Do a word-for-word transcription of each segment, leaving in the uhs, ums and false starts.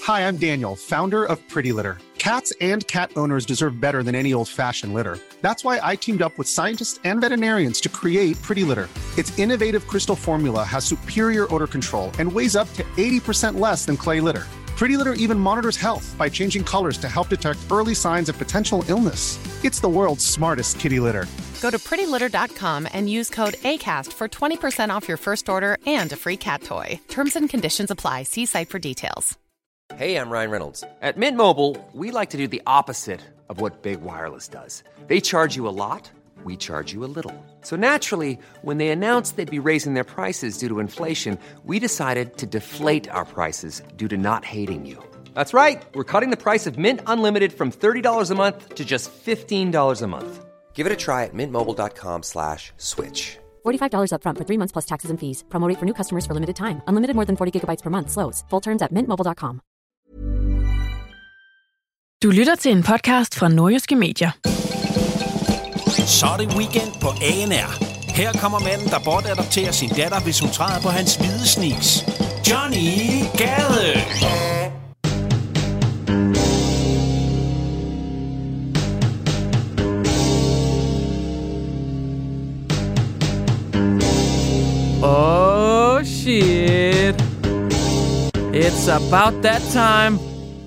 Hi, I'm Daniel, founder of Pretty Litter. Cats and cat owners deserve better than any old-fashioned litter. That's why I teamed up with scientists and veterinarians to create Pretty Litter. Its innovative crystal formula has superior odor control and weighs up to eighty percent less than clay litter. Pretty Litter even monitors health by changing colors to help detect early signs of potential illness. It's the world's smartest kitty litter. Go to pretty litter dot com and use code ACAST for twenty percent off your first order and a free cat toy. Terms and conditions apply. See site for details. Hey, I'm Ryan Reynolds. At Mint Mobile, we like to do the opposite of what Big Wireless does. They charge you a lot, we charge you a little. So naturally, when they announced they'd be raising their prices due to inflation, we decided to deflate our prices due to not hating you. That's right. We're cutting the price of Mint Unlimited from thirty dollars a month to just fifteen dollars a month. Give it a try at mintmobile.com slash switch. forty-five dollars up front for three months plus taxes and fees. Promo rate for new customers for limited time. Unlimited more than forty gigabytes per month. Slows full terms at mint mobile dot com. Du lytter til en podcast fra Nordjyske Medier. Så er det weekend på A N R. Her kommer manden, der bortadopterer sin datter, hvis hun træder på hans hvide sneaks. Johnny Gade! Oh shit. It's about that time.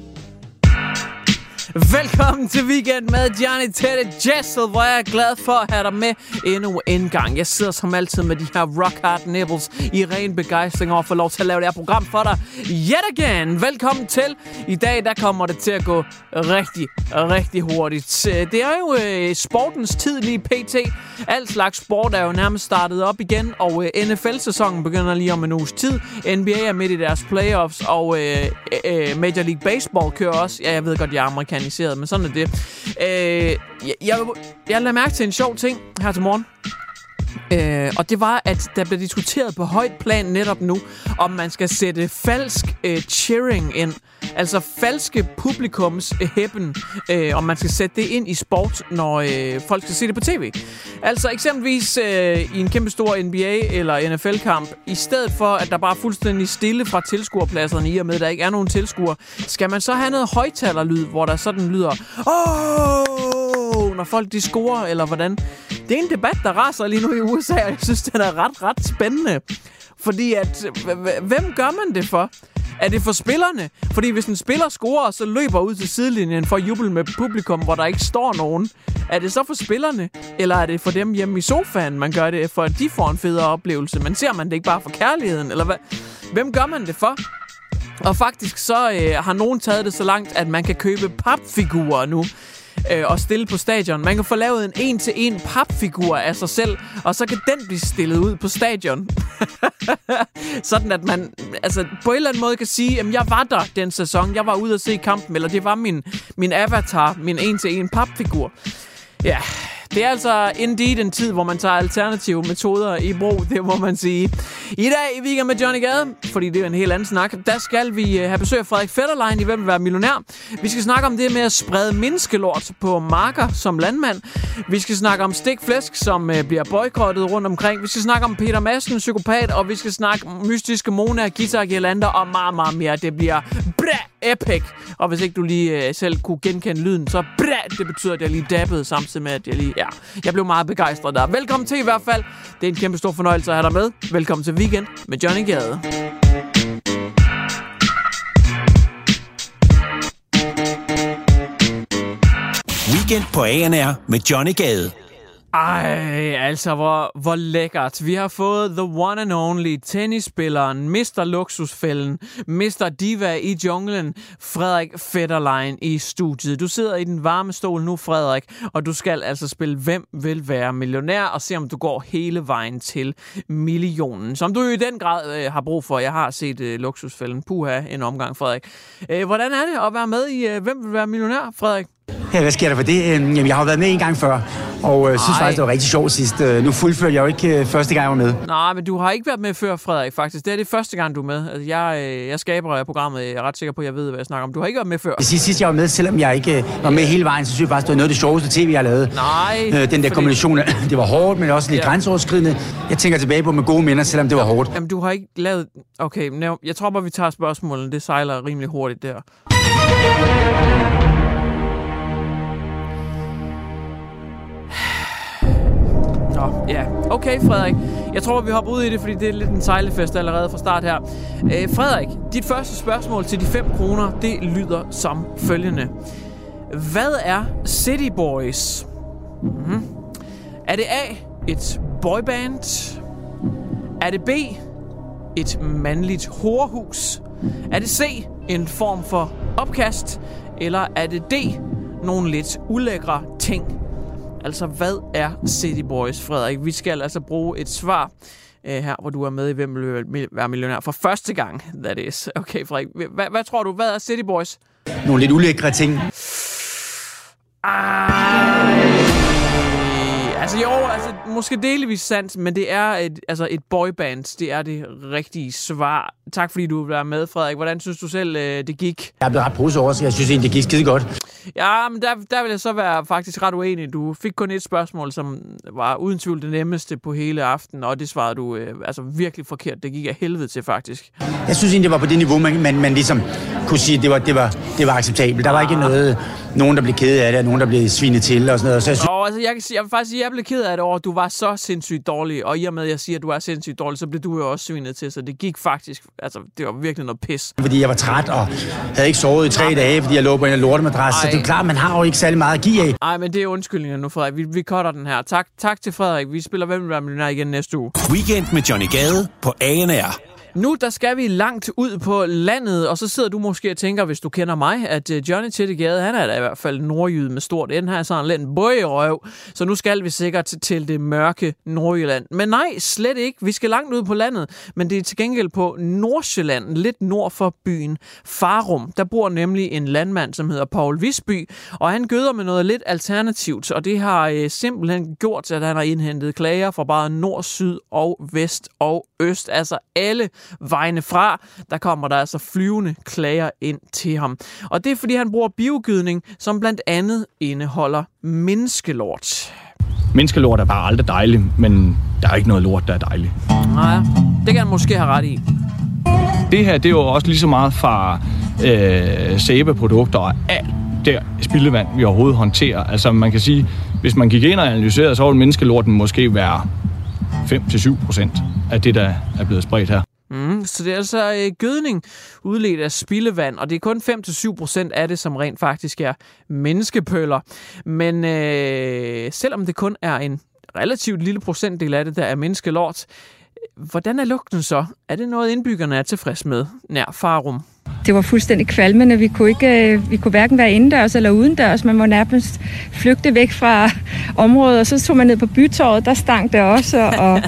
Velkommen til Weekend med Johnny Teddy Jessel, hvor jeg er glad for at have dig med endnu en gang. Jeg sidder som altid med de her rock hard nipples i ren begejstring over at få lov til at lave det her program for dig yet again. Velkommen til. I dag der kommer det til at gå rigtig, rigtig hurtigt. Det er jo øh, sportens tid lige pt. Alt slags sport er jo nærmest startet op igen, og øh, N F L-sæsonen begynder lige om en uges tid. N B A er midt i deres playoffs, og øh, øh, Major League Baseball kører også. Ja, jeg ved godt, jeg er amerikaniseret, men sådan er det. Øh, jeg, jeg, jeg lader mærke til en sjov ting her til morgen. Øh, og det var, at der blev diskuteret på højt plan netop nu, om man skal sætte falsk øh, cheering ind. Altså falske publikums øh, hæppen, øh, om man skal sætte det ind i sport, når øh, folk skal se det på tv. Altså eksempelvis øh, i en kæmpe stor N B A eller N F L-kamp, i stedet for, at der bare er fuldstændig stille fra tilskuerpladserne, i og med, at der ikke er nogen tilskuere, skal man så have noget højttalerlyd, hvor der sådan lyder, åh, når folk de scorer, eller hvordan. Det er en debat, der raser lige nu i U S A, og jeg synes, den er ret, ret spændende. Fordi at, hvem gør man det for? Er det for spillerne? Fordi hvis en spiller scorer, så løber ud til sidelinjen for at juble med publikum, hvor der ikke står nogen. Er det så for spillerne? Eller er det for dem hjemme i sofaen, man gør det, for at de får en federe oplevelse? Men ser man det ikke bare for kærligheden? Eller hvad? Hvem gør man det for? Og faktisk så øh, har nogen taget det så langt, at man kan købe papfigurer nu øh, og stille på stadion. Man kan få lavet en en-til-en papfigur af sig selv, og så kan den blive stillet ud på stadion. Sådan at man altså, på en eller anden måde kan sige, at jeg var der den sæson, jeg var ude at se kampen, eller det var min, min avatar, min en-til-en papfigur. Ja, det er altså indeed en tid, hvor man tager alternative metoder i brug, det må man sige. I dag i Weekend med Johnny Gade, fordi det er en helt anden snak, der skal vi have besøg af Frederik Fetterlein i Hvem vil være millionær. Vi skal snakke om det med at sprede menneskelort på marker som landmand. Vi skal snakke om stikflæsk, som bliver boykottet rundt omkring. Vi skal snakke om Peter Madsen, psykopat, og vi skal snakke mystiske Mona, guitar, girlander og meget, meget mere. Det bliver bræ, epic. Og hvis ikke du lige selv kunne genkende lyden, så bræ, det betyder, at jeg lige dabbede samtidig med, at jeg lige... Ja, jeg blev meget begejstret der. Velkommen til i hvert fald. Det er en kæmpe stor fornøjelse at have dig med. Velkommen til Weekend med Johnny Gade. Weekend på A N R med Johnny Gade. Ej, altså hvor, hvor lækkert. Vi har fået the one and only tennisspilleren, mister Luksusfælden, mister Diva i junglen, Frederik Fetterlein i studiet. Du sidder i den varme stol nu, Frederik, og du skal altså spille Hvem vil være millionær, og se om du går hele vejen til millionen, som du jo i den grad øh, har brug for. Jeg har set øh, Luksusfælden. Puha, en omgang, Frederik. Øh, hvordan er det at være med i øh, Hvem vil være millionær, Frederik? Ja, hvad sker der for det? Jamen, jeg har været med en gang før, og øh, synes faktisk, det var rigtig sjovt sidst. Nu fuldførte jeg jo ikke øh, første gang, jeg var med. Nej, men du har ikke været med før, Frederik, faktisk. Det er det første gang, du er med. Altså, jeg, øh, jeg skaber programmet, jeg er ret sikker på, at jeg ved, hvad jeg snakker om. Du har ikke været med før. Sidst, sidst jeg var med, selvom jeg ikke øh, var med hele vejen, så synes jeg faktisk, det var noget af det sjoveste tv, jeg har lavet. Nej. Øh, den der fordi... kombination, det var hårdt, men også lidt ja. grænseoverskridende. Jeg tænker tilbage på med gode minder, selvom det var hårdt. Jamen, du har ikke lavet... Okay, jeg tror bare, vi tager spørgsmålene. Det sejler rimelig hurtigt der. Nå, ja. Okay, Frederik. Jeg tror, vi hopper ud i det, fordi det er lidt en sejlefest allerede fra start her. Øh, Frederik, dit første spørgsmål til de fem kroner, det lyder som følgende. Hvad er City Boys? Mm-hmm. Er det A, et boyband? Er det B, et mandligt horehus? Er det C, en form for opkast? Eller er det D, nogle lidt ulækre ting? Altså, hvad er City Boys, Frederik? Vi skal altså bruge et svar øh, her, hvor du er med i Hvem vil være millionær for første gang, that is. Okay, Frederik. Hvad, hvad tror du? Hvad er City Boys? Nogle lidt ulækre ting. Ej. Altså jo, altså, måske delvis sandt, men det er et, altså et boyband. Det er det rigtige svar. Tak fordi du var med, Frederik. Hvordan synes du selv, det gik? Jeg er blevet ret positiv over, så jeg synes egentlig, det gik skide godt. Ja, men der, der vil jeg så være faktisk ret uenig. Du fik kun et spørgsmål, som var uden tvivl det nemmeste på hele aftenen, og det svarede du øh, altså virkelig forkert. Det gik af helvede til, faktisk. Jeg synes egentlig, det var på det niveau, man, man, man ligesom kunne sige, det var, det var, det var acceptabelt. Der var ikke noget, nogen, der blev ked af det, og nogen, der blev svinet til og sådan noget. Så jeg, synes... og, altså, jeg, kan sige, jeg vil faktisk sige, at jeg blev ked af det over, at du var så sindssygt dårlig, og i og med, at jeg siger, at du er sindssygt dårlig, så blev du jo også svinet til, så det gik faktisk, altså det var virkelig noget pis. Fordi jeg var træt og havde ikke sovet i tre dage, fordi jeg lå på en lortemadras, så det er klart, man har jo ikke særlig meget at give af. Nej, men det er undskyldninger nu, Frederik. Vi, vi cutter den her. Tak, tak til Frederik. Vi spiller Hvem vil være millionær igen næste uge. Weekend med Johnny Gade på A N R. Nu der skal vi langt ud på landet, og så sidder du måske og tænker, hvis du kender mig, at Johnny Tedegade, han er da i hvert fald nordjyde med stort N, her sådan lidt en bøjerøv, så nu skal vi sikkert til det mørke Nordjylland. Men nej, slet ikke. Vi skal langt ud på landet, men det er til gengæld på Nordsjælland, lidt nord for byen Farum. Der bor nemlig en landmand, som hedder Poul Visby, og han gøder med noget lidt alternativt, og det har øh, simpelthen gjort, at han har indhentet klager fra bare nord, syd og vest og øst, altså alle vejene fra, der kommer der altså flyvende klager ind til ham. Og det er, fordi han bruger biogødning, som blandt andet indeholder menneskelort. Menneskelort er bare aldrig dejligt, men der er ikke noget lort, der er dejligt. Nej, det kan han måske have ret i. Det her, det er jo også lige så meget fra øh, sæbeprodukter og alt det spildevand, vi overhovedet håndterer. Altså man kan sige, hvis man gik ind og analyserede, så ville menneskelorten måske være fem til syv procent af det, der er blevet spredt her. Mm, så det er altså øh, gødning udledt af spildevand, og det er kun fem til syv procent af det, som rent faktisk er menneskepøller. Men øh, selvom det kun er en relativt lille procentdel af det, der er menneskelort, hvordan er lugten så? Er det noget, indbyggerne er tilfreds med nær Farum? Det var fuldstændig kvalmende. Vi kunne, ikke, vi kunne hverken være indendørs eller udendørs. Man må nærmest flygte væk fra området, og så tog man ned på bytorvet, der stank det også, og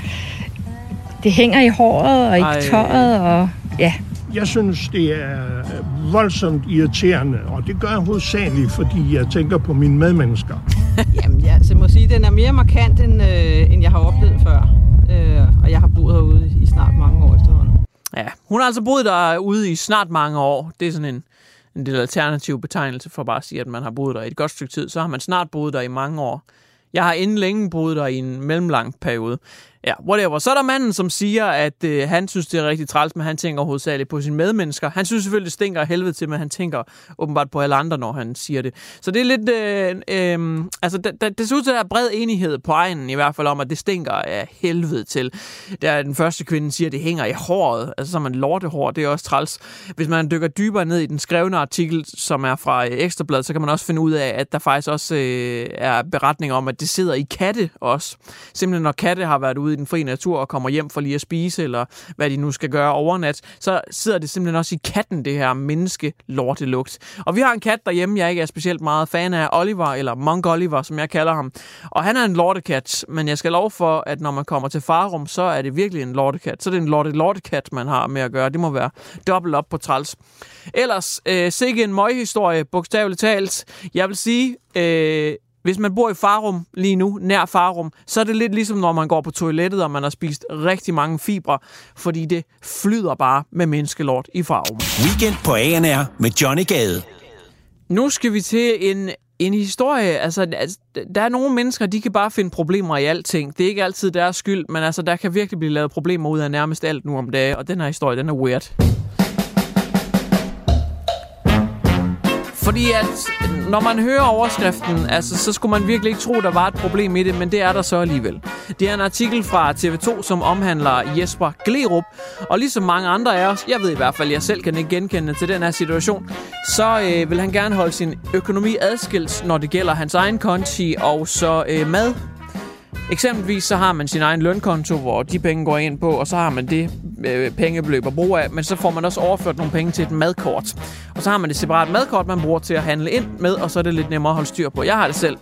det hænger i håret og i Ej. tøjet, og ja. Jeg synes, det er voldsomt irriterende, og det gør jeg hovedsageligt, fordi jeg tænker på mine medmennesker. Jamen, ja, så jeg må sige, at den er mere markant, end, øh, end jeg har oplevet før. Øh, og jeg har boet herude i snart mange år efterhånden. Ja, hun har altså boet derude i snart mange år. Det er sådan en, en del alternativ betegnelse for bare at sige, at man har boet der i et godt stykke tid. Så har man snart boet der i mange år. Jeg har inden længe boet der i en mellemlang periode. Ja, whatever. Så er der manden, som siger, at øh, han synes, det er rigtig træls, men han tænker hovedsageligt på sine medmennesker. Han synes selvfølgelig, det stinker af helvede til, men han tænker åbenbart på alle andre, når han siger det. Så det er lidt... Øh, øh, altså, det, det, det ser ud til, at der er bred enighed på egnen, i hvert fald om, at det stinker af helvede til. Der den første kvinde siger, at det hænger i håret. Altså, så man lortehår, det er også træls. Hvis man dykker dybere ned i den skrevne artikel, som er fra øh, Ekstrabladet, så kan man også finde ud af, at der faktisk også øh, er beretninger om, at det sidder i katte også. Simpelthen, når katte har været ude ude i den frie natur og kommer hjem for lige at spise, eller hvad de nu skal gøre overnat, så sidder det simpelthen også i katten, det her menneske-lortelugt. Og vi har en kat derhjemme, jeg ikke er specielt meget fan af, Oliver, eller Monk Oliver, som jeg kalder ham. Og han er en lortekat, men jeg skal love for, at når man kommer til Farum, så er det virkelig en lortekat. Så er det en lorte-lortekat, man har med at gøre. Det må være dobbelt op på træls. Ellers, øh, sikke en møghistorie, bogstaveligt talt. Jeg vil sige, øh, hvis man bor i Farum lige nu, nær Farum, så er det lidt ligesom, når man går på toilettet, og man har spist rigtig mange fibre, fordi det flyder bare med menneskelort i Farum. Weekend på A N R med Johnny Gade. Nu skal vi til en, en historie. Altså, altså, der er nogle mennesker, de kan bare finde problemer i alting. Det er ikke altid deres skyld, men altså, der kan virkelig blive lavet problemer ud af nærmest alt nu om dagen, og den her historie, den er weird. Fordi at, når man hører overskriften, altså, så skulle man virkelig ikke tro, der var et problem i det, men det er der så alligevel. Det er en artikel fra T V to, som omhandler Jesper Gleerup, og ligesom mange andre af os, jeg ved i hvert fald, jeg selv kan ikke genkende til den her situation, så øh, vil han gerne holde sin økonomi adskilt, når det gælder hans egen konti og så øh, mad. Eksempelvis så har man sin egen lønkonto, hvor de penge går ind på, og så har man det øh, pengebeløb at bruge af, men så får man også overført nogle penge til et madkort. Og så har man et separat madkort, man bruger til at handle ind med, og så er det lidt nemmere at holde styr på. Jeg har det selv.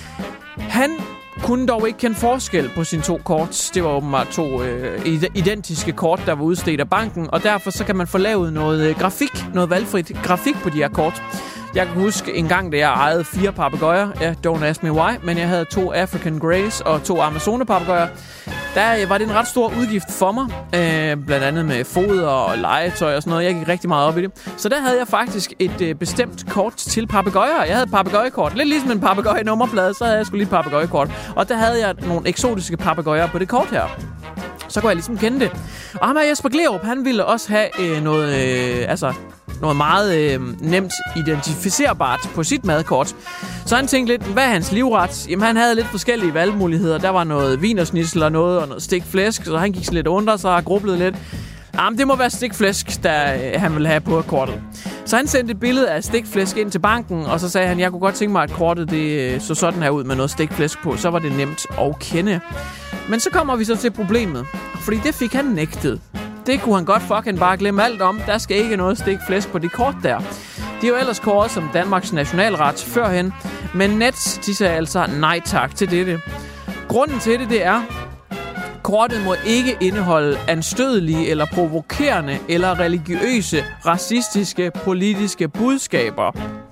Han kunne dog ikke kende forskel på sine to kort. Det var åbenbart to øh, identiske kort, der var udstedt af banken, og derfor så kan man få lavet noget øh, grafik, noget valgfrit grafik på de her kort. Jeg kan huske en gang, da jeg ejede fire papegøjer. Ja, don't ask me why, men jeg havde to African Greys og to Amazone-papegøjer. Der var det en ret stor udgift for mig, øh, blandt andet med foder og legetøj og sådan noget. Jeg gik rigtig meget op i det. Så der havde jeg faktisk et øh, bestemt kort til papegøjer. Jeg havde et papegøjekort. Lidt ligesom en papegøje-nummerplade, så havde jeg sgu lige et papegøjekort. Og der havde jeg nogle eksotiske papegøjer på det kort her. Så kunne jeg ligesom kende det. Og ham her Jesper Gleerup, han ville også have øh, noget, øh, altså, noget meget øh, nemt identificerbart på sit madkort. Så han tænkte lidt, hvad er hans livret? Jamen han havde lidt forskellige valgmuligheder. Der var noget wienersnitzel og noget, og noget stegt flæsk, så han gik så lidt under sig og grublede lidt. Jamen det må være stegt flæsk, der øh, han ville have på kortet. Så han sendte et billede af stegt flæsk ind til banken, og så sagde han, jeg kunne godt tænke mig, at kortet det øh, så sådan her ud med noget stegt flæsk på. Så var det nemt at kende. Men så kommer vi så til problemet, fordi det fik han nægtet. Det kunne han godt fucking bare glemme alt om. Der skal ikke noget stegt flæsk på de kort der. De er jo ellers kåret som Danmarks nationalret førhen, men Nets, de sagde altså nej tak til dette. Grunden til det, det er, kortet må ikke indeholde anstødelige eller provokerende eller religiøse, racistiske, politiske budskaber.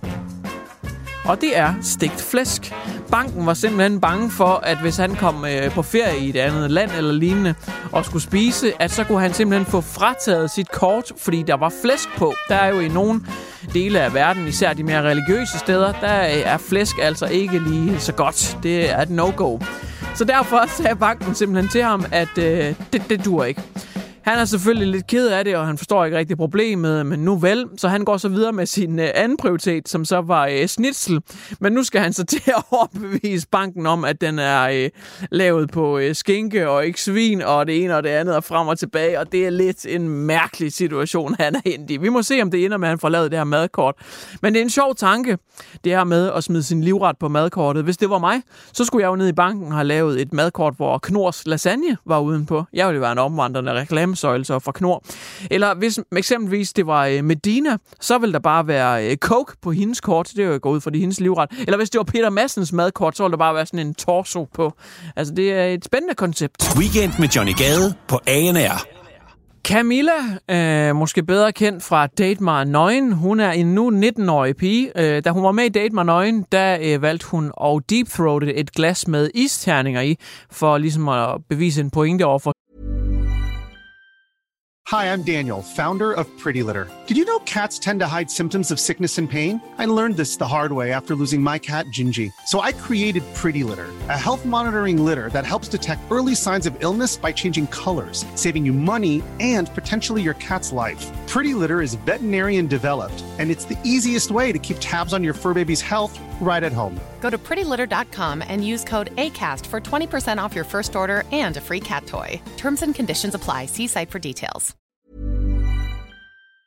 Og det er stegt flæsk. Banken var simpelthen bange for, at hvis han kom øh, på ferie i et andet land eller lignende og skulle spise, at så kunne han simpelthen få frataget sit kort, fordi der var flæsk på. Der er jo i nogle dele af verden, især de mere religiøse steder, der er flæsk altså ikke lige så godt. Det er et no-go. Så derfor sagde banken simpelthen til ham, at øh, det, det dur ikke. Han er selvfølgelig lidt ked af det, og han forstår ikke rigtig problemet, men nu vel. Så han går så videre med sin øh, anden prioritet, som så var øh, snitsel. Men nu skal han så til at overbevise banken om, at den er øh, lavet på øh, skinke og ikke svin, og det ene og det andet er frem og tilbage. Og det er lidt en mærkelig situation, han er endt i. Vi må se, om det ender med, at han får lavet det her madkort. Men det er en sjov tanke, det her med at smide sin livret på madkortet. Hvis det var mig, så skulle jeg jo ned i banken og have lavet et madkort, hvor Knors lasagne var udenpå. Jeg ville være en omvandrende reklame søjelse fra Knor. Eller hvis eksempelvis det var Medina, så ville der bare være Coke på hendes kort. Det er jo gået ud fra det hendes livret. Eller hvis det var Peter Madsens madkort, så ville der bare være sådan en torso på. Altså det er et spændende koncept. Weekend med Johnny Gade på A N R. Camilla, øh, måske bedre kendt fra Date mig nøgen. Hun er en nu nitten-årig pige. Øh, da hun var med i Date mig nøgen, der øh, valgte hun at deepthroate et glas med isterninger i, for ligesom at bevise en pointe over for. Hi, I'm Daniel, founder of Pretty Litter. Did you know cats tend to hide symptoms of sickness and pain? I learned this the hard way after losing my cat, Gingy. So I created Pretty Litter, a health monitoring litter that helps detect early signs of illness by changing colors, saving you money and potentially your cat's life. Pretty Litter is veterinarian developed, and it's the easiest way to keep tabs on your fur baby's health right at home. Go to pretty litter dot com and use code ACAST for twenty percent off your first order and a free cat toy. Terms and conditions apply. See site for details.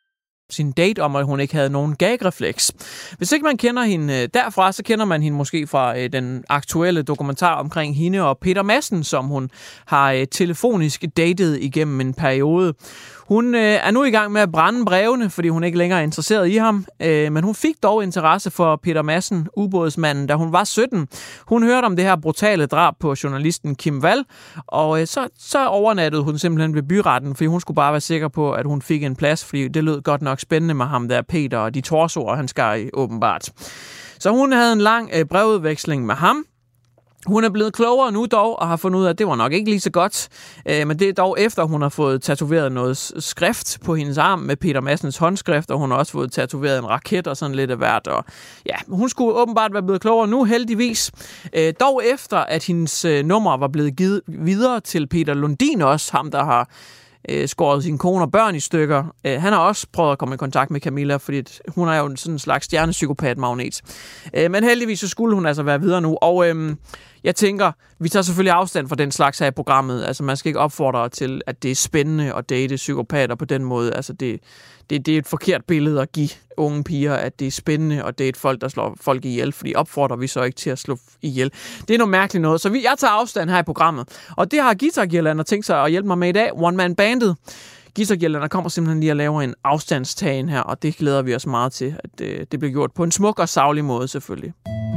sin date om, at hun ikke havde nogen gagrefleks. Hvis ikke man kender hende derfra, så kender man hende måske fra øh, den aktuelle dokumentar omkring hende og Peter Madsen, som hun har øh, telefonisk datet igennem en periode. Hun øh, er nu i gang med at brænde brevene, fordi hun ikke længere er interesseret i ham. Øh, men hun fik dog interesse for Peter Madsen, ubådsmanden, da hun var sytten. Hun hørte om det her brutale drab på journalisten Kim Wall, og øh, så, så overnattede hun simpelthen ved byretten, fordi hun skulle bare være sikker på, at hun fik en plads, fordi det lød godt nok spændende med ham der, Peter, og de torsoer, han skar i åbenbart. Så hun havde en lang øh, brevudveksling med ham. Hun er blevet klogere nu dog, og har fundet ud af, at det var nok ikke lige så godt. Øh, men det er dog efter, hun har fået tatoveret noget skrift på hendes arm med Peter Madsens håndskrift, og hun har også fået tatoveret en raket og sådan lidt af hvert. Og ja, hun skulle åbenbart være blevet klogere nu, heldigvis. Øh, dog efter, at hendes øh, nummer var blevet givet videre til Peter Lundin også, ham der har øh, skåret sine kone og børn i stykker. Øh, han har også prøvet at komme i kontakt med Camilla, fordi hun er jo sådan en slags stjernepsykopat-magnet. Øh, men heldigvis så skulle hun altså være videre nu, og øh, jeg tænker, vi tager selvfølgelig afstand fra den slags her i programmet. Altså, man skal ikke opfordre til, at det er spændende at date psykopater på den måde. Altså, det, det, det er et forkert billede at give unge piger, at det er spændende at date folk, der slår folk ihjel, fordi opfordrer vi så ikke til at slå ihjel. Det er noget mærkeligt noget. Så vi, jeg tager afstand her i programmet. Og det har Guitar Girlander tænkt sig at hjælpe mig med i dag. One Man Bandet. Guitar Girlander kommer simpelthen lige at lave en afstandstagen her, og det glæder vi os meget til, at det, det bliver gjort på en smuk og saglig måde selvfølgelig.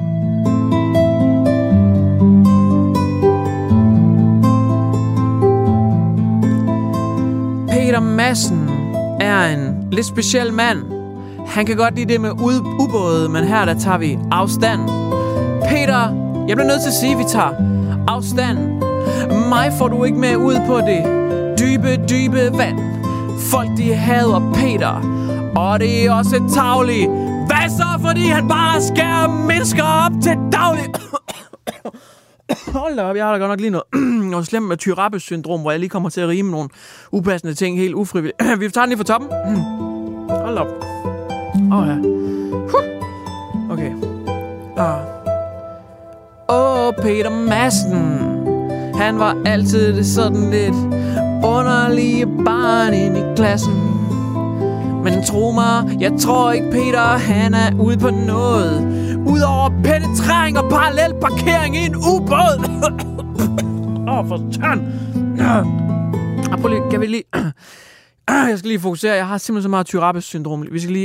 Peter Madsen er en lidt speciel mand. Han kan godt lide det med ubåde, men her der tager vi afstand. Peter, jeg bliver nødt til at sige, at vi tager afstand. Mig får du ikke med ud på det dybe, dybe vand. Folk de hader Peter, og det er også et tavligt. Hvad så, fordi han bare skærer mennesker op til daglig? Hold da op, jeg har da godt nok lige noget, noget slemt med Tyrappe-syndrom, hvor jeg lige kommer til at rime nogle upassende ting helt ufrivilligt. Vi tager den lige fra toppen. Hold op. Åh oh, ja. Huh. Okay. Åh, oh, Peter Madsen. Han var altid sådan lidt underlige barn inde i klassen. Men tro mig, jeg tror ikke Peter, han er ude på noget. Udover penetrering og parallel parkering i en ubåd. Åh, oh, for tørn. Prøv lige, kan vi lige... Jeg skal lige fokusere, jeg har simpelthen så meget Tyrappe-syndrom. Vi skal lige...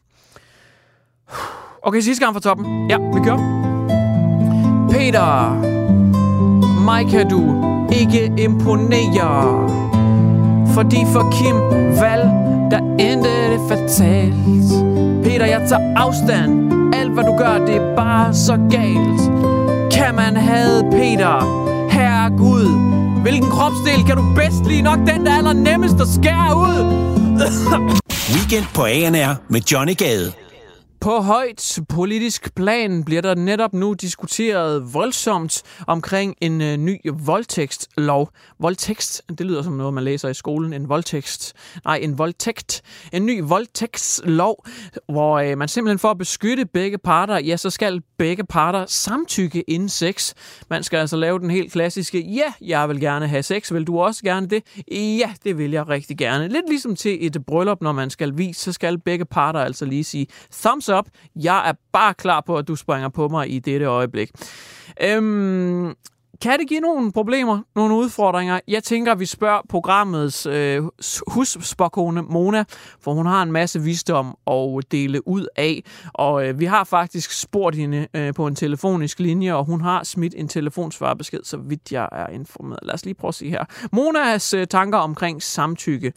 Okay, sidste gang fra toppen. Ja, vi kører. Peter, mig kan du ikke imponere. Fordi for Kim Wall, der endte det fatalt. Peter, jeg tager afstand. Alt hvad du gør, det er bare så galt. Kan man hade Peter? Herregud, hvilken kropsdel kan du bedst lide? Nok den, der er allernemmest at skære ud. Weekend på A N R med Johnny Gade. På højt politisk plan bliver der netop nu diskuteret voldsomt omkring en øh, ny voldtægtslov. Voldtægt, det lyder som noget, man læser i skolen. En voldtægt. Nej, en voldtægt. En ny voldtægtslov, hvor øh, man simpelthen for at beskytte begge parter, ja, så skal begge parter samtykke inden sex. Man skal altså lave den helt klassiske, ja, jeg vil gerne have sex. Vil du også gerne det? Ja, det vil jeg rigtig gerne. Lidt ligesom til et bryllup, når man skal vise, så skal begge parter altså lige sige thumbs up. Jeg er bare klar på, at du springer på mig i dette øjeblik. Øhm, kan det give nogle problemer, nogle udfordringer? Jeg tænker, at vi spørger programmets øh, husspåkone Mona, for hun har en masse visdom at dele ud af. Og øh, vi har faktisk spurgt hende øh, på en telefonisk linje, og hun har smidt en telefonsvarbesked, så vidt jeg er informeret. Lad os lige prøve at se her. Monas øh, tanker omkring samtykke.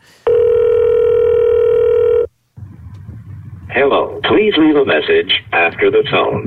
Hello, please leave a message after the tone.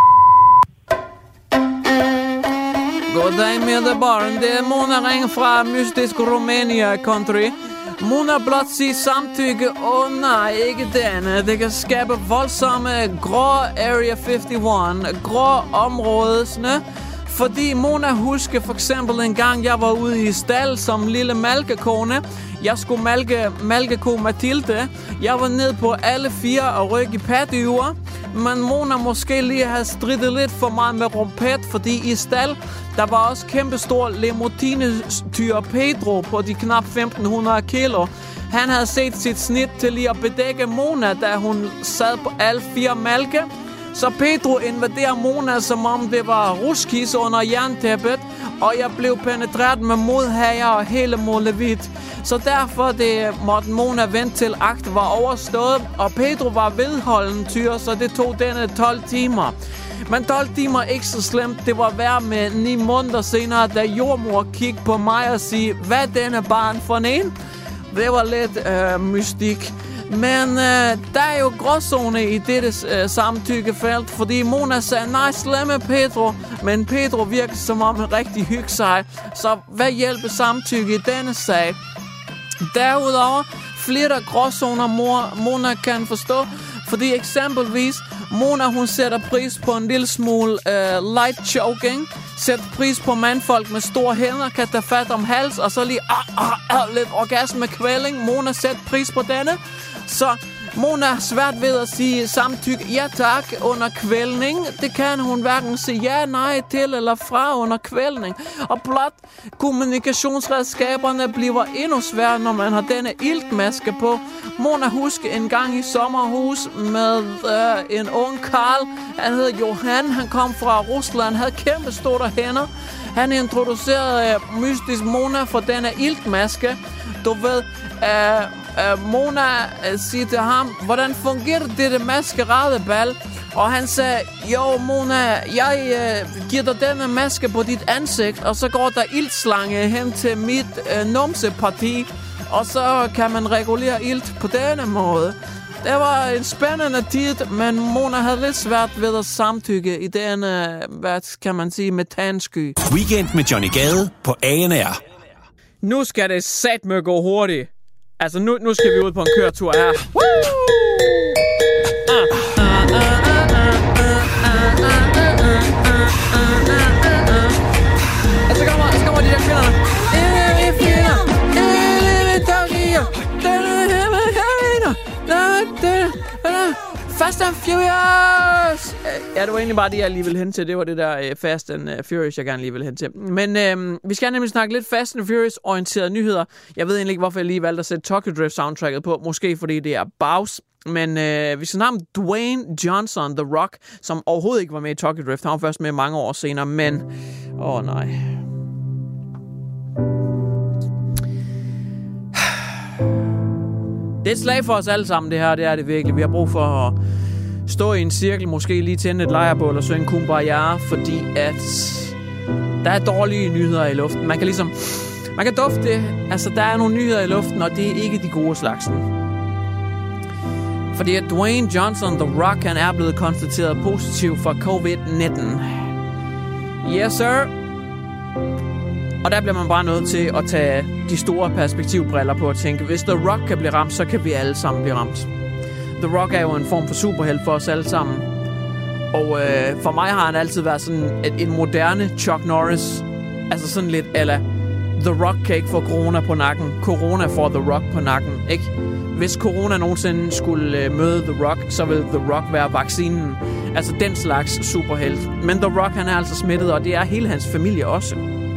Goddag med barn, det er Mona ringer fra Mystisk Romania Country. Mona blot sige samtykke, åh oh, nej, ikke denne. Det kan skabe voldsomme grå Area femoghalvfems, grå områdesne. Fordi Mona husker for eksempel en gang, jeg var ude i stald som lille malkekone. Jeg skulle malke malkeko Mathilde. Jeg var ned på alle fire og rykke i patteøver. Men Mona måske lige havde strittet lidt for meget med rumpet, fordi i stald, der var også kæmpestor lemotine-tyr Pedro på de knap femten hundrede kilo. Han havde set sit snit til lige at bedække Mona, da hun sad på alle fire malke. Så Pedro invaderer Mona, som om det var ruskis under jerntæppet, og jeg blev penetreret med modhager og hele molevit. Så derfor det måtte Mona vente til akt var overstået, og Pedro var vedholden tyr, så det tog denne tolv timer. Men tolv timer ikke så slemt. Det var værd med ni måneder senere, da jordmor kiggede på mig og sige, hvad denne barn for en? Det var lidt øh, mystik. Men øh, der er jo gråzone i dette øh, samtykkefelt, fordi Mona sagde, nej, slemme Pedro. Men Pedro virkede som om han rigtig hygge sig. Så hvad hjælper samtykke i denne sag? Derudover flere der gråzoner mor, Mona kan forstå, fordi eksempelvis Mona hun sætter pris på en lille smule uh, light choking, sætter pris på mandfolk med store hænder, kan tage fat om hals og så lige ah, ah, ah, lidt orgasmekvælling. Mona sætter pris på denne. Så Mona er svært ved at sige samtykke ja tak under kvælning. Det kan hun hverken sige ja, nej til eller fra under kvælning. Og blot kommunikationsredskaberne bliver endnu sværere, når man har denne iltmaske på. Mona husker en gang i sommerhus med øh, en ung Karl. Han hed Johan, han kom fra Rusland, havde kæmpe store hænder. Han introducerede øh, mystisk Mona for denne iltmaske. Du ved, øh, øh, Mona øh, siger til ham, hvordan fungerer dette maskeradebal? Og han sagde, jo Mona, jeg øh, giver dig denne maske på dit ansigt, og så går der iltslange hen til mit øh, numseparti, og så kan man regulere ilt på denne måde. Det var en spændende tid, men Mona havde lidt svært ved at samtykke i denne, hvad kan man sige, metansky. Weekend med Johnny Gade på A N R. Nu skal det satme gå hurtigt. Altså, nu, nu skal vi ud på en køretur her. Woo! Ah. Og så kommer, så kommer de der kvinderne. Fast and Furious! Ja, det var egentlig bare det, jeg lige ville hen til. Det var det der uh, Fast and uh, Furious, jeg gerne lige ville hen til. Men uh, vi skal nemlig snakke lidt Fast and Furious-orienterede nyheder. Jeg ved egentlig ikke, hvorfor jeg lige valgte at sætte Tokyo Drift-soundtracket på. Måske fordi det er bags. Men uh, vi skal snakke om Dwayne Johnson, The Rock, som overhovedet ikke var med i Tokyo Drift. Han var først med mange år senere, men... Åh, oh, nej... Det er et slag for os alle sammen, det her. Det er det virkelig. Vi har brug for at stå i en cirkel, måske lige tænde et lejrebål og synge Kumbaya, fordi at der er dårlige nyheder i luften. Man kan ligesom... Man kan dufte det. Altså, der er nogle nyheder i luften, og det er ikke de gode slagsen. Fordi at Dwayne Johnson, The Rock, han er blevet konstateret positiv for covid nitten. Yes, sir. Og der bliver man bare nødt til at tage de store perspektivbriller på og tænke, hvis The Rock kan blive ramt, så kan vi alle sammen blive ramt. The Rock er jo en form for superhelt for os alle sammen. Og øh, for mig har han altid været sådan et, en moderne Chuck Norris. Altså sådan lidt ala The Rock kan ikke få corona på nakken. Corona får The Rock på nakken, ikke? Hvis corona nogensinde skulle øh, møde The Rock, så vil The Rock være vaccinen. Altså den slags superhelt. Men The Rock, han er altså smittet, og det er hele hans familie også.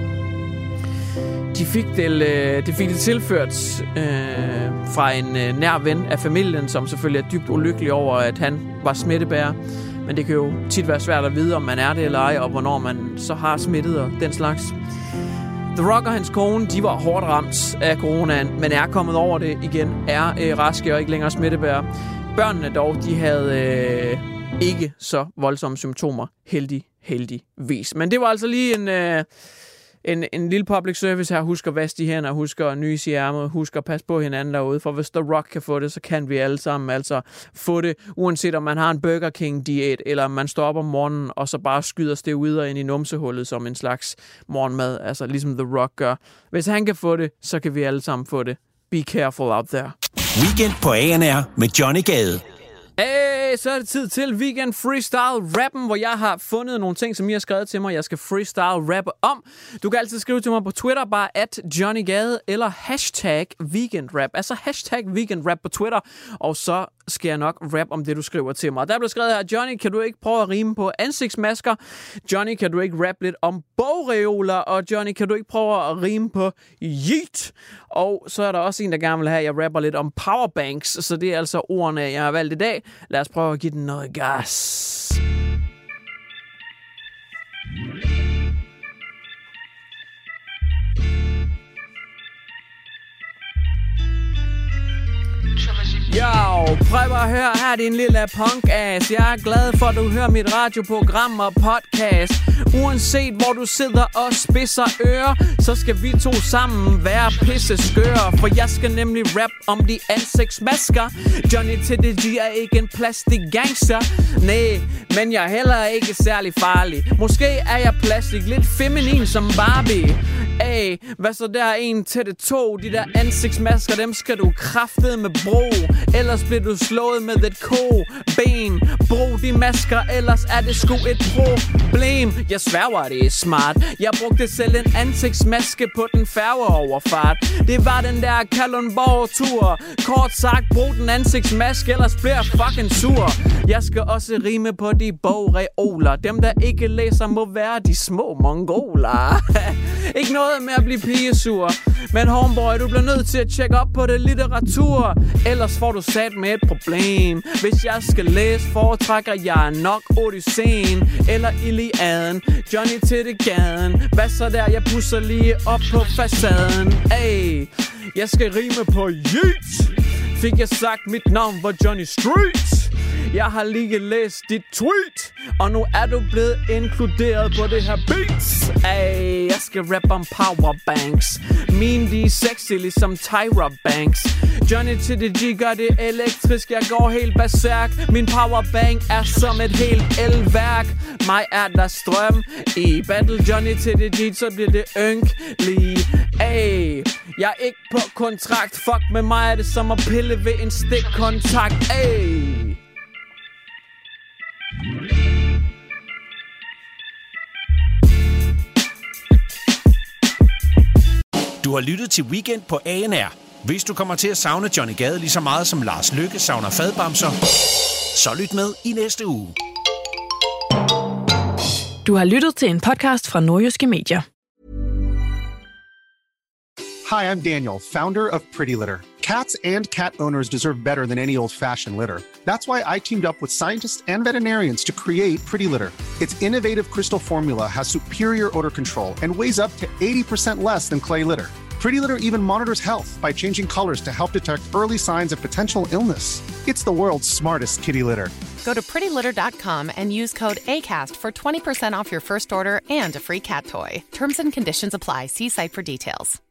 De fik det, øh, det fik det tilført øh, fra en øh, nær ven af familien, som selvfølgelig er dybt ulykkelig over, at han var smittebærer. Men det kan jo tit være svært at vide, om man er det eller ej, og hvornår man så har smittet og den slags. The Rock og hans kone, de var hårdt ramt af coronaen, men er kommet over det igen, er øh, raske og ikke længere smittebærer. Børnene dog, de havde øh, ikke så voldsomme symptomer, heldig, heldigvis. Men det var altså lige en... Øh, En, en lille public service her. Husk at vaske de hænder, husk at nyse i ærmet, husk at passe på hinanden derude, for hvis The Rock kan få det, så kan vi alle sammen altså få det, uanset om man har en Burger King-diæt, eller om man står op om morgenen, og så bare skyder steroider ind i numsehullet som en slags morgenmad, altså ligesom The Rock gør. Hvis han kan få det, så kan vi alle sammen få det. Be careful out there. Weekend på A N R med Johnny Gade. Hey, så er det tid til Weekend Freestyle-rappen, hvor jeg har fundet nogle ting, som I har skrevet til mig, jeg skal freestyle-rappe om. Du kan altid skrive til mig på Twitter, bare at Johnny Gade, eller hashtag weekendrap. Altså hashtag weekendrap på Twitter, og så skal jeg nok rap om det, du skriver til mig. Der blev skrevet her, Johnny, kan du ikke prøve at rime på ansigtsmasker? Johnny, kan du ikke rappe lidt om bogreoler? Og Johnny, kan du ikke prøve at rime på yeet? Og så er der også en, der gerne vil have, at jeg rapper lidt om powerbanks. Så det er altså ordene, jeg har valgt i dag. Lad os prøve at give den noget gas. Yo, prøv at høre her, din lille punk-ass. Jeg er glad for, at du hører mit radioprogram og podcast. Uanset hvor du sidder og spidser ører, så skal vi to sammen være pisse skøre. For jeg skal nemlig rap om de ansigtsmasker. Johnny T D G er ikke en plastik gangster. Nej, men jeg er heller ikke særlig farlig. Måske er jeg plastik, lidt feminin som Barbie. Ay, hvad så der er en til det to? De der ansigtsmasker, dem skal du kraftedeme bruge. Ellers bliver du slået med et ko-ben. Brug de masker, ellers er det sgu et problem. Jeg sværger, det er smart. Jeg brugte selv en ansigtsmaske på den færgeoverfart. Det var den der Kalundborg-tur. Kort sagt, brug den ansigtsmaske, ellers bliver jeg fucking sur. Jeg skal også rime på de bogreoler. Dem der ikke læser må være de små mongoler. Ikke noget med at blive pigesur. Men homeboy, du bliver nødt til at tjekke op på det litteratur. Ellers får du sat med et problem. Hvis jeg skal læse, foretrækker jeg nok Odysseen eller Iliaden. Johnny til det gaden. Hvad så der, jeg pusser lige op på facaden. Ay, jeg skal rime på yeet. Fik jeg sagt mit navn var Johnny Street. Jeg har lige læst dit tweet, og nu er du blevet inkluderet på det her beat. Ay, jeg skal rappe om powerbanks. Mine de er sexy ligesom Tyra Banks. Johnny T D G gør det elektrisk, jeg går helt berserk. Min powerbank er som et helt elværk. Mig er der strøm i battle Johnny T D G, så bliver det ynkelige. Ay, jeg er ikke på kontrakt. Fuck med mig er det som at pille ved en stikkontakt. Ay. Du har lyttet til Weekend på A N R. Hvis du kommer til at savne Johnny Gade lige så meget som Lars Løkke savner fadbamser, så lyt med i næste uge. Du har lyttet til en podcast fra Nordjyske Medier. Hi, I'm Daniel, founder of Pretty Litter. Cats and cat owners deserve better than any old-fashioned litter. That's why I teamed up with scientists and veterinarians to create Pretty Litter. Its innovative crystal formula has superior odor control and weighs up to eighty percent less than clay litter. Pretty Litter even monitors health by changing colors to help detect early signs of potential illness. It's the world's smartest kitty litter. Go to pretty litter dot com and use code ACAST for twenty percent off your first order and a free cat toy. Terms and conditions apply. See site for details.